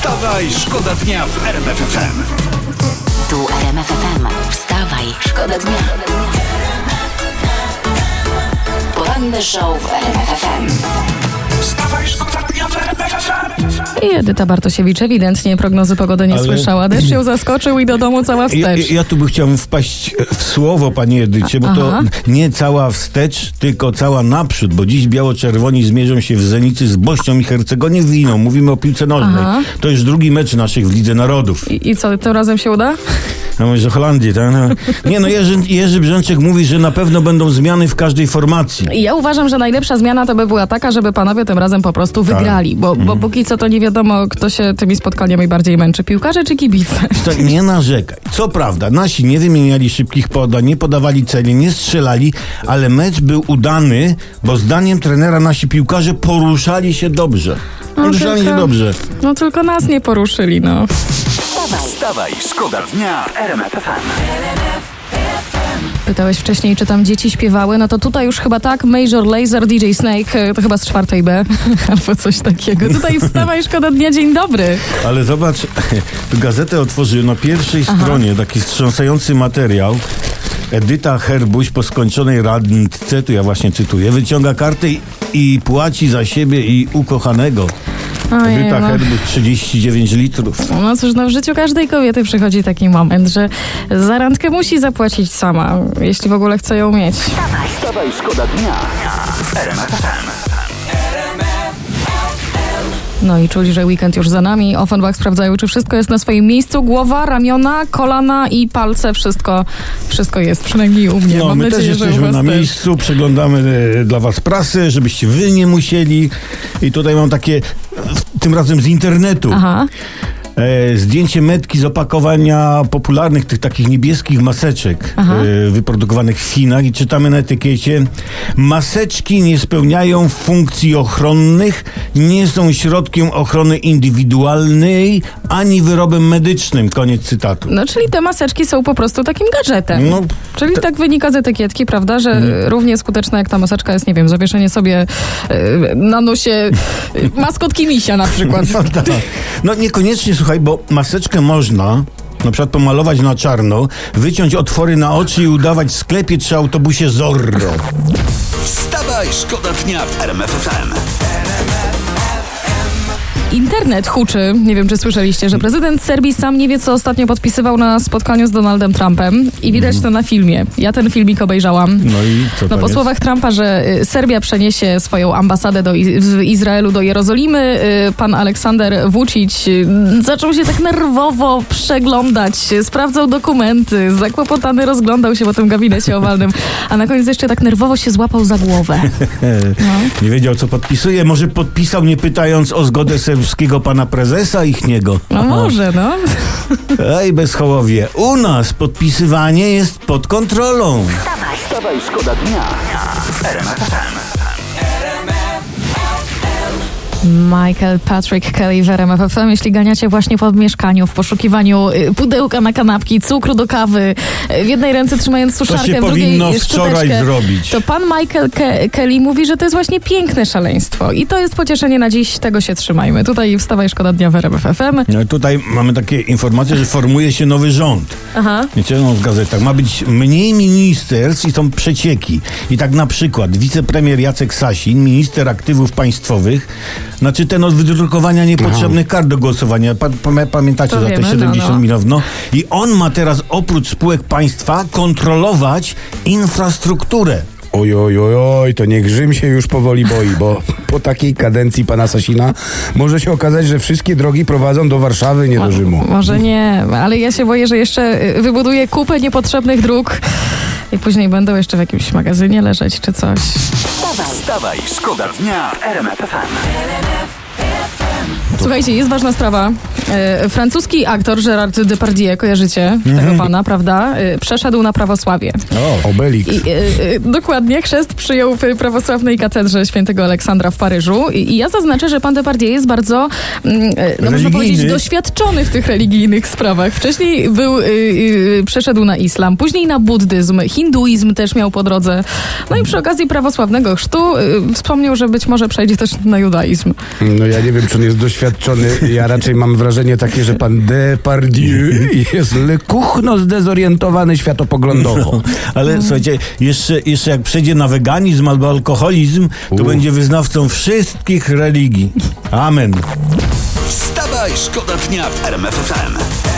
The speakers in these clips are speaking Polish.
Wstawaj, szkoda dnia w RMF FM. Tu RMF FM. Wstawaj, szkoda dnia. Poranny show w RMF FM. Wstawaj, szkoda dnia w RMF FM. I Edyta Bartosiewicz ewidentnie prognozy pogody nie słyszała. Deszcz ją zaskoczył i do domu cała wstecz. Ja tu by chciał wpaść w słowo, pani Edycie, bo to nie cała wstecz, tylko cała naprzód, bo dziś biało-czerwoni zmierzą się w Zenicy z Bośnią i Hercegonią. Mówimy o piłce nożnej. To już drugi mecz naszych w Lidze Narodów. I co, tym razem się uda? No może Holandii, tak? No. Nie, no Jerzy Brzęczek mówi, że na pewno będą zmiany w każdej formacji. Ja uważam, że najlepsza zmiana to by była taka, żeby panowie tym razem po prostu wygrali, bo póki co to nie wiadomo, kto się tymi spotkaniami bardziej męczy, piłkarze czy kibice. To nie narzekaj. Co prawda, nasi nie wymieniali szybkich podań, nie podawali celi, nie strzelali, ale mecz był udany, bo zdaniem trenera nasi piłkarze poruszali się dobrze. No tylko nas nie poruszyli, no. Wstawaj, szkoda dnia w RMF FM. Pytałeś wcześniej, czy tam dzieci śpiewały, no to tutaj już chyba tak, Major Lazer, DJ Snake, to chyba z 4 B, albo coś takiego. Tutaj wstawaj, szkoda dnia, dzień dobry. Ale zobacz, gazetę otworzyłem na pierwszej stronie, taki wstrząsający materiał. Edyta Herbuś po skończonej randce, tu ja właśnie cytuję, wyciąga kartę i płaci za siebie i ukochanego. Edyta Herbuś 39 litrów. No cóż, no w życiu każdej kobiety przychodzi taki moment, że za randkę musi zapłacić sama, jeśli w ogóle chce ją mieć. Wstawaj, szkoda dnia w RMF FM. No i czuli, że weekend już za nami. Offenbach sprawdzają, czy wszystko jest na swoim miejscu. Głowa, ramiona, kolana i palce. Wszystko jest, przynajmniej u mnie. No, Mam my nadzieję, też że jesteśmy na miejscu, przeglądamy dla was prasę, żebyście wy nie musieli. I tutaj mam takie, tym razem z internetu. Zdjęcie metki z opakowania popularnych tych takich niebieskich maseczek wyprodukowanych w Chinach i czytamy na etykiecie: maseczki nie spełniają funkcji ochronnych, nie są środkiem ochrony indywidualnej ani wyrobem medycznym. Koniec cytatu. No, czyli te maseczki są po prostu takim gadżetem. No, czyli tak wynika z etykietki, prawda, że równie skuteczne jak ta maseczka jest, nie wiem, zawieszenie sobie na nosie maskotki misia na przykład. No niekoniecznie, słuchaj, bo maseczkę można na przykład pomalować na czarno, wyciąć otwory na oczy i udawać w sklepie czy autobusie Zorro. Wstawaj, szkoda dnia w RMF FM. Internet huczy, nie wiem czy słyszeliście, że prezydent Serbii sam nie wie, co ostatnio podpisywał na spotkaniu z Donaldem Trumpem i widać to na filmie. Ja ten filmik obejrzałam. No i co tam po słowach Trumpa, że Serbia przeniesie swoją ambasadę w Izraelu do Jerozolimy, pan Aleksander Vučić zaczął się tak nerwowo przeglądać, sprawdzał dokumenty, zakłopotany rozglądał się po tym gabinecie owalnym, a na koniec jeszcze tak nerwowo się złapał za głowę. Nie wiedział, co podpisuje. Może podpisał, nie pytając o zgodę serbskiego pana prezesa ichniego. No może, no. Ej, bezchołowie, u nas podpisywanie jest pod kontrolą. Wstawaj, szkoda dnia w RMF FM. Michael Patrick Kelly w RMF FM. Jeśli ganiacie właśnie po mieszkaniu w poszukiwaniu pudełka na kanapki, cukru do kawy, w jednej ręce trzymając suszarkę, w drugiej szczoteczkę, zrobić. To pan Michael Kelly mówi, że to jest właśnie piękne szaleństwo. I to jest pocieszenie na dziś, tego się trzymajmy. Tutaj wstawaj, szkoda dnia w RMF FM. No, tutaj mamy takie informacje, że formuje się nowy rząd. Wiecie, no, w gazetach. Ma być mniej ministerstw i są przecieki. I tak na przykład wicepremier Jacek Sasin, minister aktywów państwowych, znaczy ten od wydrukowania niepotrzebnych kart do głosowania. Pamiętacie to za te 70 milionów? No. I on ma teraz oprócz spółek państwa kontrolować infrastrukturę. Oj, to niech Rzym się już powoli boi, bo po takiej kadencji pana Sasina może się okazać, że wszystkie drogi prowadzą do Warszawy, nie do Rzymu. Może nie, ale ja się boję, że jeszcze wybuduje kupę niepotrzebnych dróg i później będą jeszcze w jakimś magazynie leżeć czy coś. Wstawaj, szkoda dnia w RMF FM. Słuchajcie, jest ważna sprawa. Francuski aktor Gérard Depardieu, kojarzycie tego pana, prawda? Przeszedł na prawosławie. Obelix. Dokładnie, chrzest przyjął w prawosławnej katedrze świętego Aleksandra w Paryżu. I ja zaznaczę, że pan Depardieu jest bardzo, można powiedzieć, doświadczony w tych religijnych sprawach. Wcześniej przeszedł na islam, później na buddyzm, hinduizm też miał po drodze. No i przy okazji prawosławnego chrztu wspomniał, że być może przejdzie też na judaizm. No ja nie wiem, czy on jest doświadczony doświadczony. Ja raczej mam wrażenie takie, że pan Depardieu jest lekuchno zdezorientowany światopoglądowo. No, ale słuchajcie, jeszcze jak przejdzie na weganizm albo alkoholizm, to będzie wyznawcą wszystkich religii. Amen. Wstawaj, szkoda dnia w RMF FM.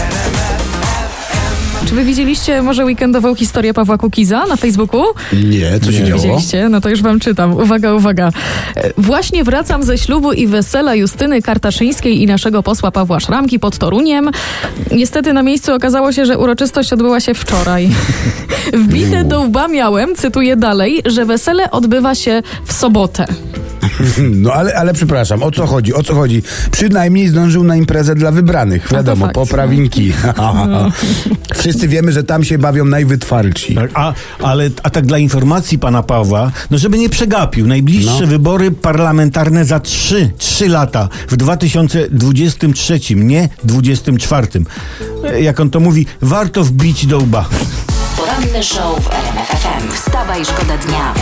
Czy wy widzieliście może weekendową historię Pawła Kukiza na Facebooku? Nie, co się działo? Widzieliście? No to już wam czytam. Uwaga, uwaga. Właśnie wracam ze ślubu i wesela Justyny Kartaszyńskiej i naszego posła Pawła Szramki pod Toruniem. Niestety na miejscu okazało się, że uroczystość odbyła się wczoraj. Wbite do łba miałem, cytuję dalej, że wesele odbywa się w sobotę. No ale przepraszam, o co chodzi? O co chodzi? Przynajmniej zdążył na imprezę dla wybranych. Wiadomo, fakt. poprawinki. Wszyscy wiemy, że tam się bawią najwytwarci. Tak, a tak dla informacji pana Pawła, no żeby nie przegapił, najbliższe wybory parlamentarne za 3 lata w 2023, nie 2024. Jak on to mówi, warto wbić do łba. Poranny show w RMF FM. Wstawaj, szkoda dnia.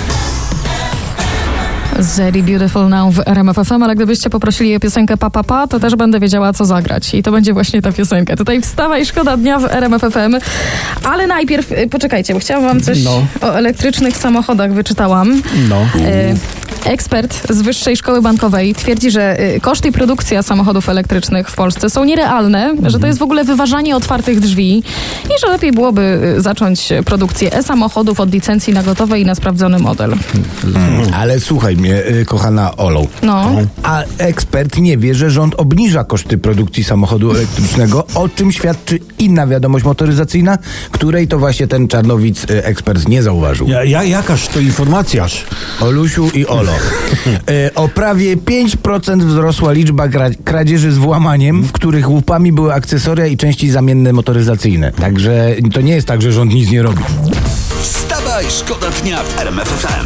Very Beautiful Now w RMF FM, ale gdybyście poprosili o piosenkę Pa, pa, pa, to też będę wiedziała, co zagrać. I to będzie właśnie ta piosenka. Tutaj wstawaj, szkoda dnia w RMF FM. Ale najpierw, poczekajcie, bo chciałam wam coś o elektrycznych samochodach wyczytałam. Ekspert z Wyższej Szkoły Bankowej twierdzi, że koszty i produkcja samochodów elektrycznych w Polsce są nierealne, że to jest w ogóle wyważanie otwartych drzwi i że lepiej byłoby zacząć produkcję e-samochodów od licencji na gotowe i na sprawdzony model. Ale słuchaj mnie, kochana Olo. No. A ekspert nie wie, że rząd obniża koszty produkcji samochodu elektrycznego, o czym świadczy inna wiadomość motoryzacyjna, której to właśnie ten Czarnowic ekspert nie zauważył. Jakaż to informacjaż? Olusiu i Olo. O prawie 5% wzrosła liczba kradzieży z włamaniem, w których łupami były akcesoria i części zamienne motoryzacyjne. Także to nie jest tak, że rząd nic nie robi. Wstawaj, szkoda dnia w RMF FM.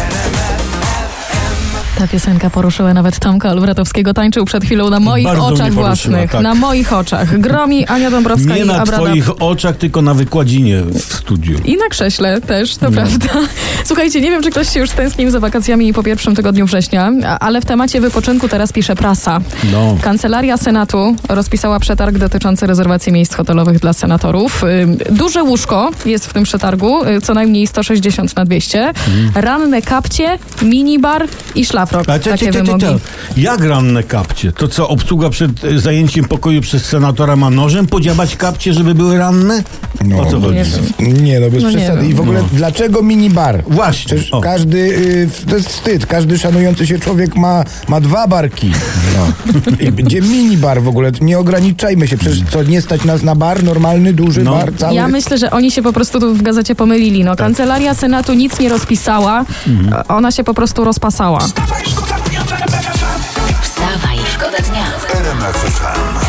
Ta piosenka poruszyła nawet Tomka Olbratowskiego. Tańczył przed chwilą na moich Bardzo oczach mnie własnych. tak. Na moich oczach. Gromi Ania Dąbrowska Nie i na Abrada. twoich oczach, tylko na wykładzinie w studiu. I na krześle też, to prawda. Słuchajcie, nie wiem, czy ktoś się już stęsknił za wakacjami po pierwszym tygodniu września, ale w temacie wypoczynku teraz pisze prasa. Kancelaria Senatu rozpisała przetarg dotyczący rezerwacji miejsc hotelowych dla senatorów. Duże łóżko jest w tym przetargu, co najmniej 160 na 200. Ranne kapcie, minibar i szlafrok. Takie wymogi. Jak ranne kapcie? To co, obsługa przed zajęciem pokoju przez senatora ma nożem podziabać kapcie, żeby były ranne? O co chodzi? Nie, bez przesady. I w ogóle dlaczego minibar? Właśnie. Przecież każdy, to jest wstyd, każdy szanujący się człowiek ma 2 barki. I będzie minibar w ogóle. Nie ograniczajmy się. Przecież co, nie stać nas na bar? Normalny, duży bar? Cały? Ja myślę, że oni się po prostu tu w gazecie pomylili. Kancelaria Senatu nic nie rozpisała. Ona się po prostu rozpasała. Wstawaj, szkoda dnia. RMF FM.